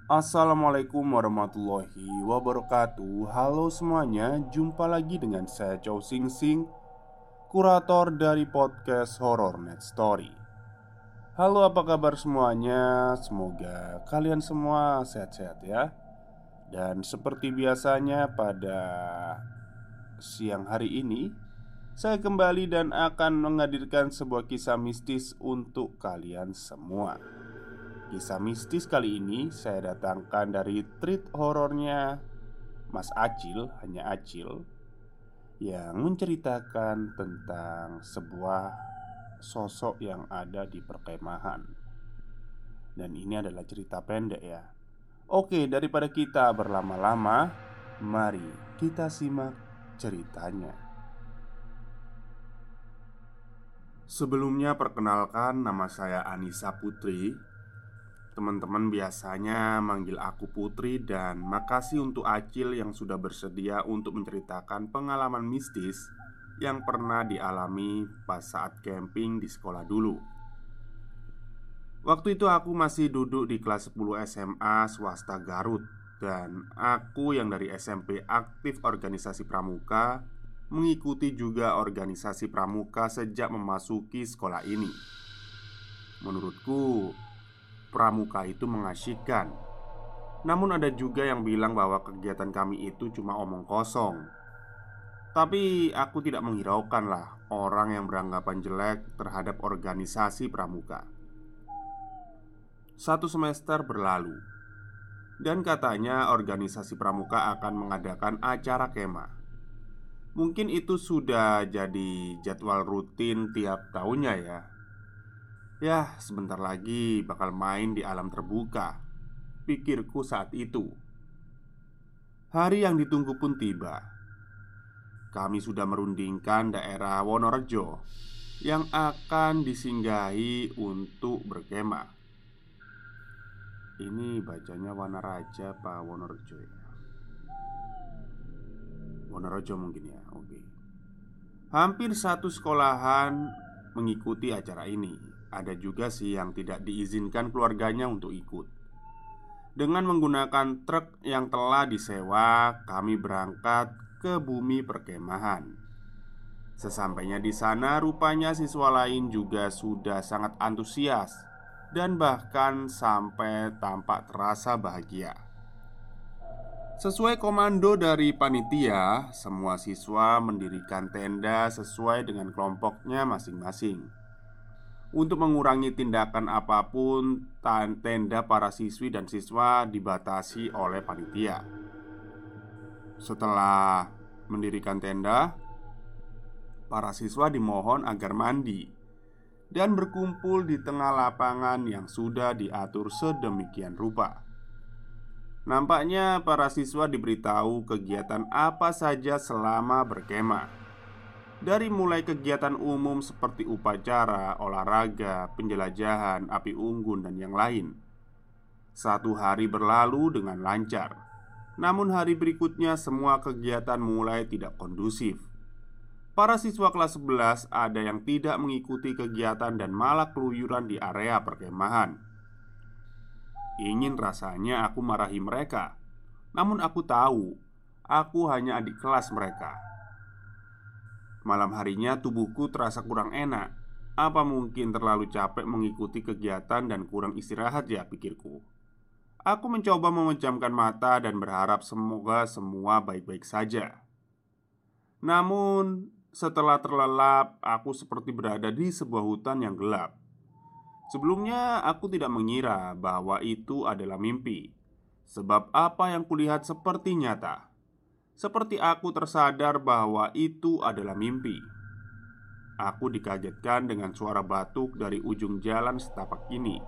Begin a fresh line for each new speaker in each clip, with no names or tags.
Assalamualaikum warahmatullahi wabarakatuh. Halo semuanya, jumpa lagi dengan saya Chow Sing Sing, kurator dari podcast Horror Net Story. Halo, apa kabar semuanya? Semoga kalian semua sehat-sehat ya. Dan seperti biasanya pada siang hari ini, saya kembali dan akan menghadirkan sebuah kisah mistis untuk kalian semua. Kisah mistis kali ini saya datangkan dari treat horornya Mas Acil, hanya Acil, yang menceritakan tentang sebuah sosok yang ada di perkemahan. Dan ini adalah cerita pendek ya. Oke, daripada kita berlama-lama, mari kita simak ceritanya. Sebelumnya perkenalkan, nama saya Anissa Putri. Teman-teman biasanya manggil aku Putri, dan makasih untuk Acil yang sudah bersedia untuk menceritakan pengalaman mistis yang pernah dialami pas saat camping di sekolah dulu. Waktu itu aku masih duduk di kelas 10 SMA swasta Garut. Dan aku yang dari SMP aktif organisasi pramuka, mengikuti juga organisasi pramuka sejak memasuki sekolah ini. Menurutku, pramuka itu mengasyikkan. Namun ada juga yang bilang bahwa kegiatan kami itu cuma omong kosong. Tapi aku tidak menghiraukan lah orang yang beranggapan jelek terhadap organisasi pramuka. Satu semester berlalu, dan katanya organisasi pramuka akan mengadakan acara kemah. Mungkin itu sudah jadi jadwal rutin tiap tahunnya ya. Yah, sebentar lagi bakal main di alam terbuka, pikirku saat itu. Hari yang ditunggu pun tiba. Kami sudah merundingkan daerah Wonorejo yang akan disinggahi untuk berkemah. Ini bacanya Wanaraja Pak Wonorejo ya? Wonorejo mungkin ya, oke. Hampir satu sekolahan mengikuti acara ini. Ada juga sih yang tidak diizinkan keluarganya untuk ikut. Dengan menggunakan truk yang telah disewa, kami berangkat ke bumi perkemahan. Sesampainya di sana, rupanya siswa lain juga sudah sangat antusias dan bahkan sampai tampak terasa bahagia. Sesuai komando dari panitia, semua siswa mendirikan tenda sesuai dengan kelompoknya masing-masing. Untuk mengurangi tindakan apapun, tenda para siswi dan siswa dibatasi oleh panitia. Setelah mendirikan tenda, para siswa dimohon agar mandi dan berkumpul di tengah lapangan yang sudah diatur sedemikian rupa. Nampaknya para siswa diberitahu kegiatan apa saja selama berkemah. Dari mulai kegiatan umum seperti upacara, olahraga, penjelajahan, api unggun, dan yang lain. Satu hari berlalu dengan lancar. Namun hari berikutnya semua kegiatan mulai tidak kondusif. Para siswa kelas 11 ada yang tidak mengikuti kegiatan dan malah keluyuran di area perkemahan. Ingin rasanya aku marahi mereka, namun aku tahu aku hanya adik kelas mereka. Malam harinya tubuhku terasa kurang enak. Apa mungkin terlalu capek mengikuti kegiatan dan kurang istirahat ya, pikirku. Aku mencoba memejamkan mata dan berharap semoga semua baik-baik saja. Namun setelah terlelap, aku seperti berada di sebuah hutan yang gelap. Sebelumnya aku tidak mengira bahwa itu adalah mimpi. Sebab apa yang kulihat seperti nyata. Seperti aku tersadar bahwa itu adalah mimpi. Aku dikagetkan dengan suara batuk dari ujung jalan setapak ini.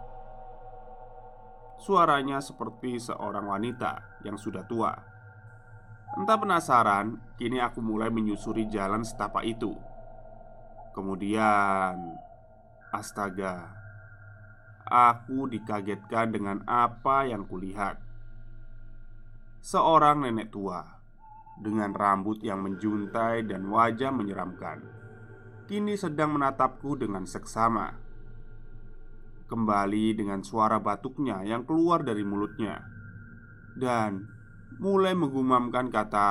Suaranya seperti seorang wanita yang sudah tua. Entah penasaran, kini aku mulai menyusuri jalan setapak itu. Kemudian, astaga, aku dikagetkan dengan apa yang kulihat. Seorang nenek tua dengan rambut yang menjuntai dan wajah menyeramkan, kini sedang menatapku dengan seksama. kembali dengan suara batuknya yang keluar dari mulutnya dan mulai menggumamkan kata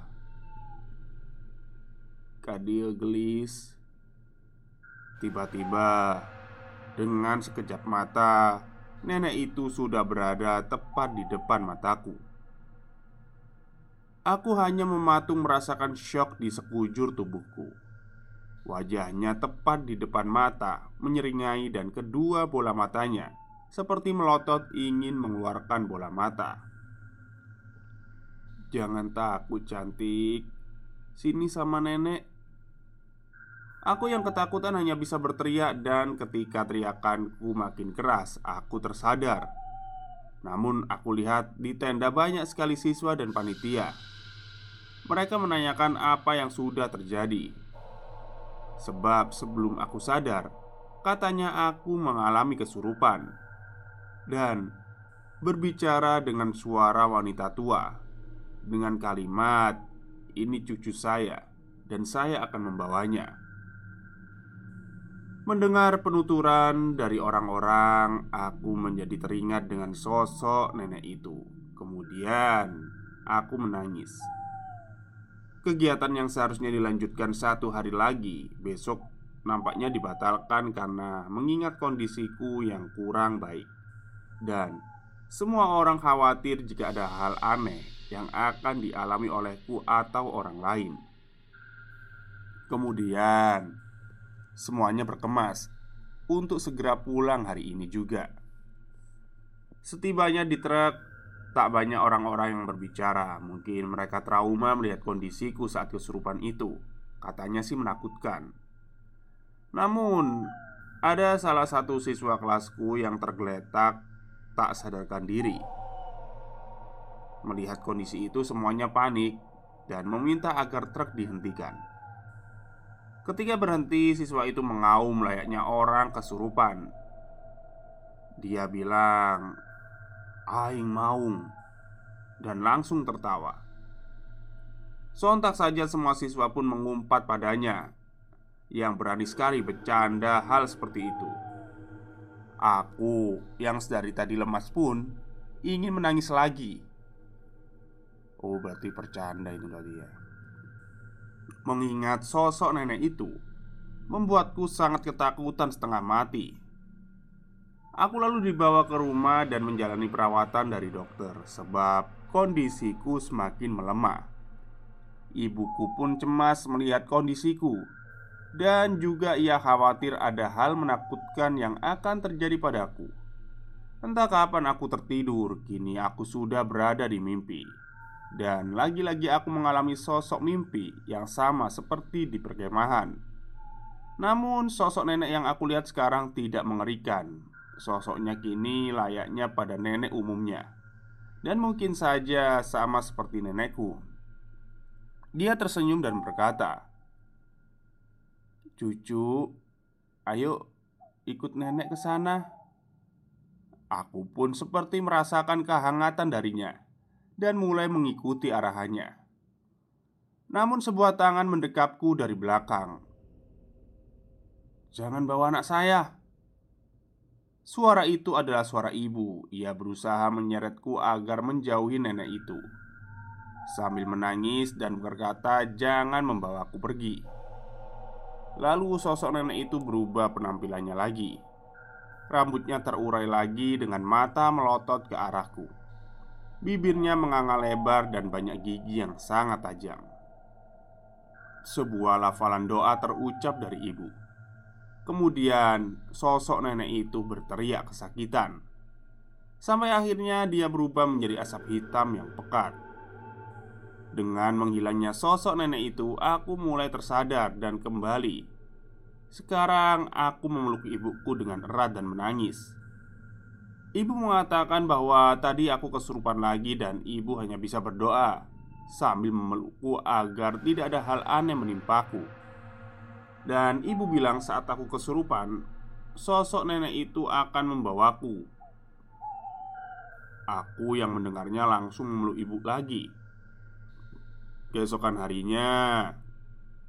"Kadil gelis." Tiba-tiba, dengan sekejap mata, nenek itu sudah berada tepat di depan mataku. Aku hanya mematung merasakan syok di sekujur tubuhku. Wajahnya tepat di depan mata, menyeringai dan kedua bola matanya seperti melotot ingin mengeluarkan bola mata. "Jangan takut cantik, sini sama nenek." Aku yang ketakutan hanya bisa berteriak dan ketika teriakanku makin keras, aku tersadar. Namun aku lihat di tenda banyak sekali siswa dan panitia. Mereka menanyakan apa yang sudah terjadi. Sebab sebelum aku sadar, katanya aku mengalami kesurupan dan berbicara dengan suara wanita tua dengan kalimat, "Ini cucu saya dan saya akan membawanya." Mendengar penuturan dari orang-orang, aku menjadi teringat dengan sosok nenek itu. Kemudian, aku menangis. Kegiatan yang seharusnya dilanjutkan 1 hari lagi, besok nampaknya dibatalkan karena mengingat kondisiku yang kurang baik. Dan semua orang khawatir jika ada hal aneh yang akan dialami olehku atau orang lain. Kemudian semuanya berkemas untuk segera pulang hari ini juga. Setibanya di truk, tak banyak orang-orang yang berbicara. Mungkin mereka trauma melihat kondisiku saat kesurupan itu. Katanya sih menakutkan. Namun, ada salah satu siswa kelasku yang tergeletak tak sadarkan diri. Melihat kondisi itu, semuanya panik dan meminta agar truk dihentikan. Ketika berhenti, siswa itu mengaum layaknya orang kesurupan. Dia bilang, "Aing maung," dan langsung tertawa. Sontak saja semua siswa pun mengumpat padanya, yang berani sekali bercanda hal seperti itu. Aku yang sedari tadi lemas pun ingin menangis lagi. Oh, berarti bercanda ini tadi ya. Mengingat sosok nenek itu membuatku sangat ketakutan setengah mati. Aku lalu dibawa ke rumah dan menjalani perawatan dari dokter sebab kondisiku semakin melemah. Ibuku pun cemas melihat kondisiku dan juga ia khawatir ada hal menakutkan yang akan terjadi padaku. Entah kapan aku tertidur, kini aku sudah berada di mimpi. Dan lagi-lagi aku mengalami sosok mimpi yang sama seperti di perkemahan. Namun sosok nenek yang aku lihat sekarang tidak mengerikan. Sosoknya kini layaknya pada nenek umumnya. Dan mungkin saja sama seperti nenekku. Dia tersenyum dan berkata, "Cucu, ayo ikut nenek ke sana." Aku pun seperti merasakan kehangatan darinya dan mulai mengikuti arahannya. Namun sebuah tangan mendekapku dari belakang. "Jangan bawa anak saya." Suara itu adalah suara ibu. Ia berusaha menyeretku agar menjauhi nenek itu sambil menangis dan berkata jangan membawaku pergi. Lalu sosok nenek itu berubah penampilannya lagi. Rambutnya terurai lagi dengan mata melotot ke arahku. Bibirnya menganga lebar dan banyak gigi yang sangat tajam. Sebuah lafalan doa terucap dari ibu. Kemudian sosok nenek itu berteriak kesakitan. Sampai akhirnya dia berubah menjadi asap hitam yang pekat. Dengan menghilangnya sosok nenek itu, aku mulai tersadar dan kembali. Sekarang aku memeluk ibuku dengan erat dan menangis. Ibu mengatakan bahwa tadi aku kesurupan lagi dan ibu hanya bisa berdoa sambil memelukku agar tidak ada hal aneh menimpaku. Dan ibu bilang saat aku kesurupan, sosok nenek itu akan membawaku. Aku yang mendengarnya langsung memeluk ibu lagi. Keesokan harinya,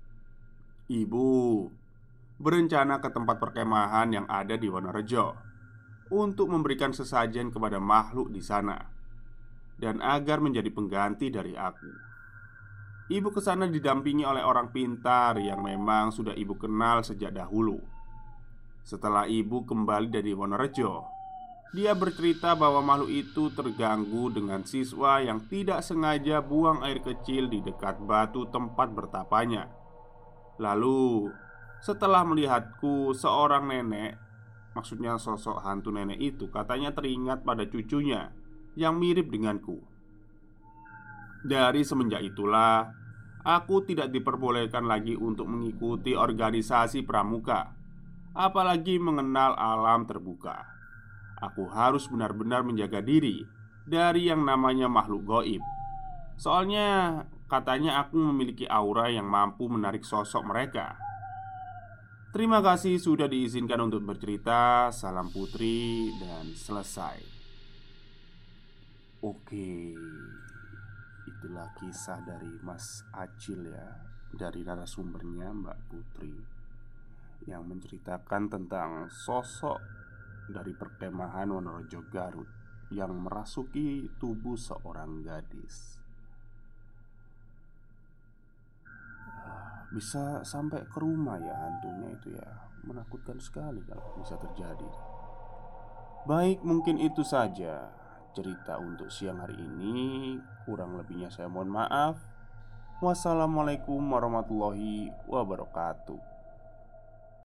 ibu berencana ke tempat perkemahan yang ada di Wonorejo. untuk memberikan sesajen kepada makhluk di sana dan agar menjadi pengganti dari aku. Ibu ke sana didampingi oleh orang pintar yang memang sudah ibu kenal sejak dahulu. Setelah ibu kembali dari Wonorejo, dia bercerita bahwa makhluk itu terganggu dengan siswa yang tidak sengaja buang air kecil di dekat batu tempat bertapanya. Lalu, setelah melihatku, seorang nenek, maksudnya sosok hantu nenek itu, katanya teringat pada cucunya yang mirip denganku. Dari semenjak itulah, aku tidak diperbolehkan lagi untuk mengikuti organisasi pramuka, apalagi mengenal alam terbuka. Aku harus benar-benar menjaga diri dari yang namanya makhluk goib. Soalnya katanya aku memiliki aura yang mampu menarik sosok mereka. Terima kasih sudah diizinkan untuk bercerita. Salam Putri dan selesai. Oke, itulah kisah dari Mas Acil ya, dari narasumbernya Mbak Putri, yang menceritakan tentang sosok dari perkemahan Wonorejo Garut yang merasuki tubuh seorang gadis. Bisa sampai ke rumah ya hantunya itu ya. Menakutkan sekali kalau bisa terjadi. Baik, mungkin itu saja cerita untuk siang hari ini. Kurang lebihnya saya mohon maaf. Wassalamualaikum warahmatullahi wabarakatuh.